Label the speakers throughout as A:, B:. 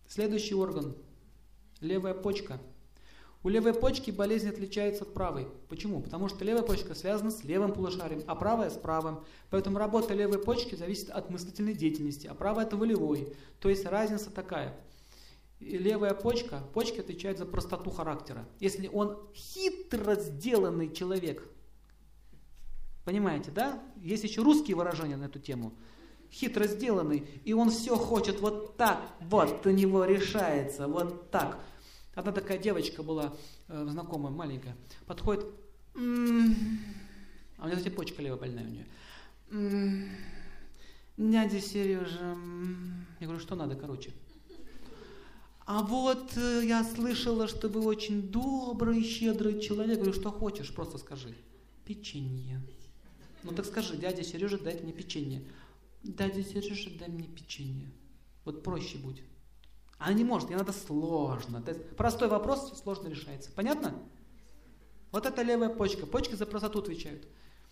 A: Следующий орган. Левая почка. У левой почки болезнь отличается от правой. Почему? Потому что левая почка связана с левым полушарием, а правая с правым. Поэтому работа левой почки зависит от мыслительной деятельности, а правая это волевой. То есть разница такая. И левая почка отвечает за простоту характера. Если он хитро сделанный человек, понимаете, да? Есть еще русские выражения на эту тему. Хитро сделанный, и он все хочет вот так, вот у него решается, вот так. Одна такая девочка была, знакомая, маленькая, подходит, а у нее, кстати, почка левая больная у нее. Дядя Сережа, я говорю, что надо, короче. А вот я слышала, что вы очень добрый, щедрый человек. Я говорю, что хочешь, просто скажи. Печенье. Ну так скажи, дядя Сережа, дай мне печенье. Дядя Сережа, дай мне печенье. Вот проще будь. Она не может, ей надо сложно. То есть простой вопрос сложно решается. Понятно? Вот это левая почка. Почки за простоту отвечают.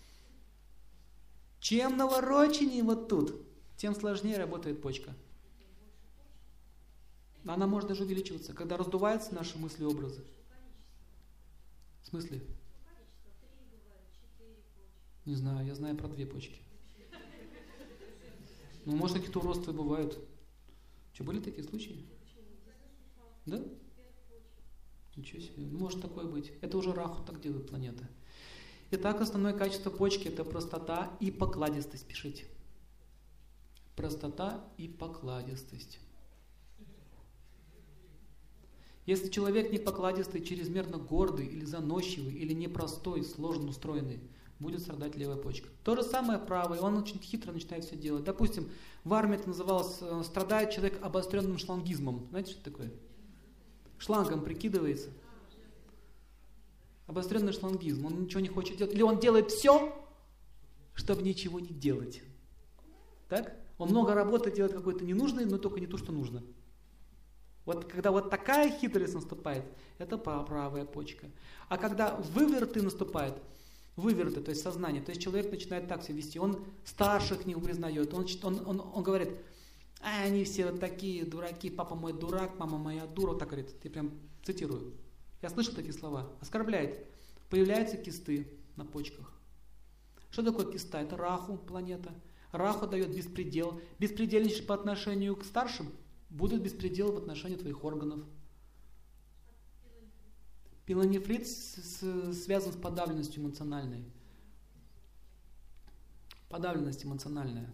A: Чем навороченнее вот тут, тем сложнее работает почка. Она может даже увеличиваться, когда раздуваются наши мысли и образы. В смысле? Не знаю, я знаю про 2 почки. Ну, может, какие-то уродства бывают. Что, были такие случаи? Да? Ничего себе. Ну, может такое быть. Это уже Раху так делает планета. Итак, основное качество почки – это простота и покладистость. Пишите. Простота и покладистость. Если человек не покладистый, чрезмерно гордый или заносчивый, или непростой, сложно устроенный, будет страдать левая почка. То же самое правая, он очень хитро начинает все делать. Допустим, в армии это называлось, страдает человек обостренным шлангизмом. Знаете, что это такое? Шлангом прикидывается. Обостренный шлангизм, он ничего не хочет делать. Или он делает все, чтобы ничего не делать. Так? Он много работы делает какой-то ненужной, но только не то, что нужно. Вот когда вот такая хитрость наступает, это правая почка. А когда выверты наступают, выверты, то есть сознание, то есть человек начинает так себя вести, он старших не признает, он говорит, они все вот такие дураки, папа мой дурак, мама моя дура, вот так говорит, я прям цитирую. Я слышал такие слова, оскорбляет. Появляются кисты на почках. Что такое киста? Это Раху, планета. Раху дает беспредел. Беспредельнейший по отношению к старшим будут беспределы в отношении твоих органов. Пилонефрит связан с подавленностью эмоциональной. Подавленность эмоциональная.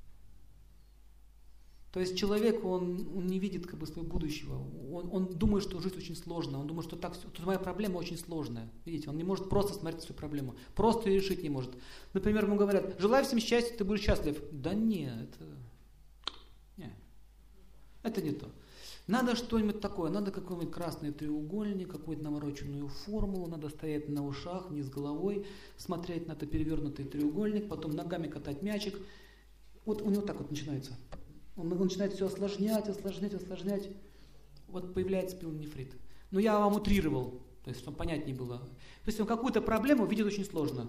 A: То есть человек, он не видит как бы своего будущего. Он думает, что жизнь очень сложная. Он думает, что так, что моя проблема очень сложная. Видите, он не может просто смотреть свою проблему. Просто ее решить не может. Например, ему говорят, желаю всем счастья, ты будешь счастлив. Да нет, это не то. Надо что-нибудь такое, надо какой-нибудь красный треугольник, какую-то навороченную формулу, надо стоять на ушах, вниз головой, смотреть на этот перевернутый треугольник, потом ногами катать мячик. Вот у него так вот начинается. Он начинает все осложнять. Вот появляется пилонефрит. Но я вам утрировал, то есть чтобы понятнее было. То есть он какую-то проблему видит очень сложно.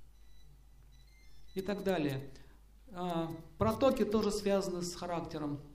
A: И так далее. Протоки тоже связаны с характером.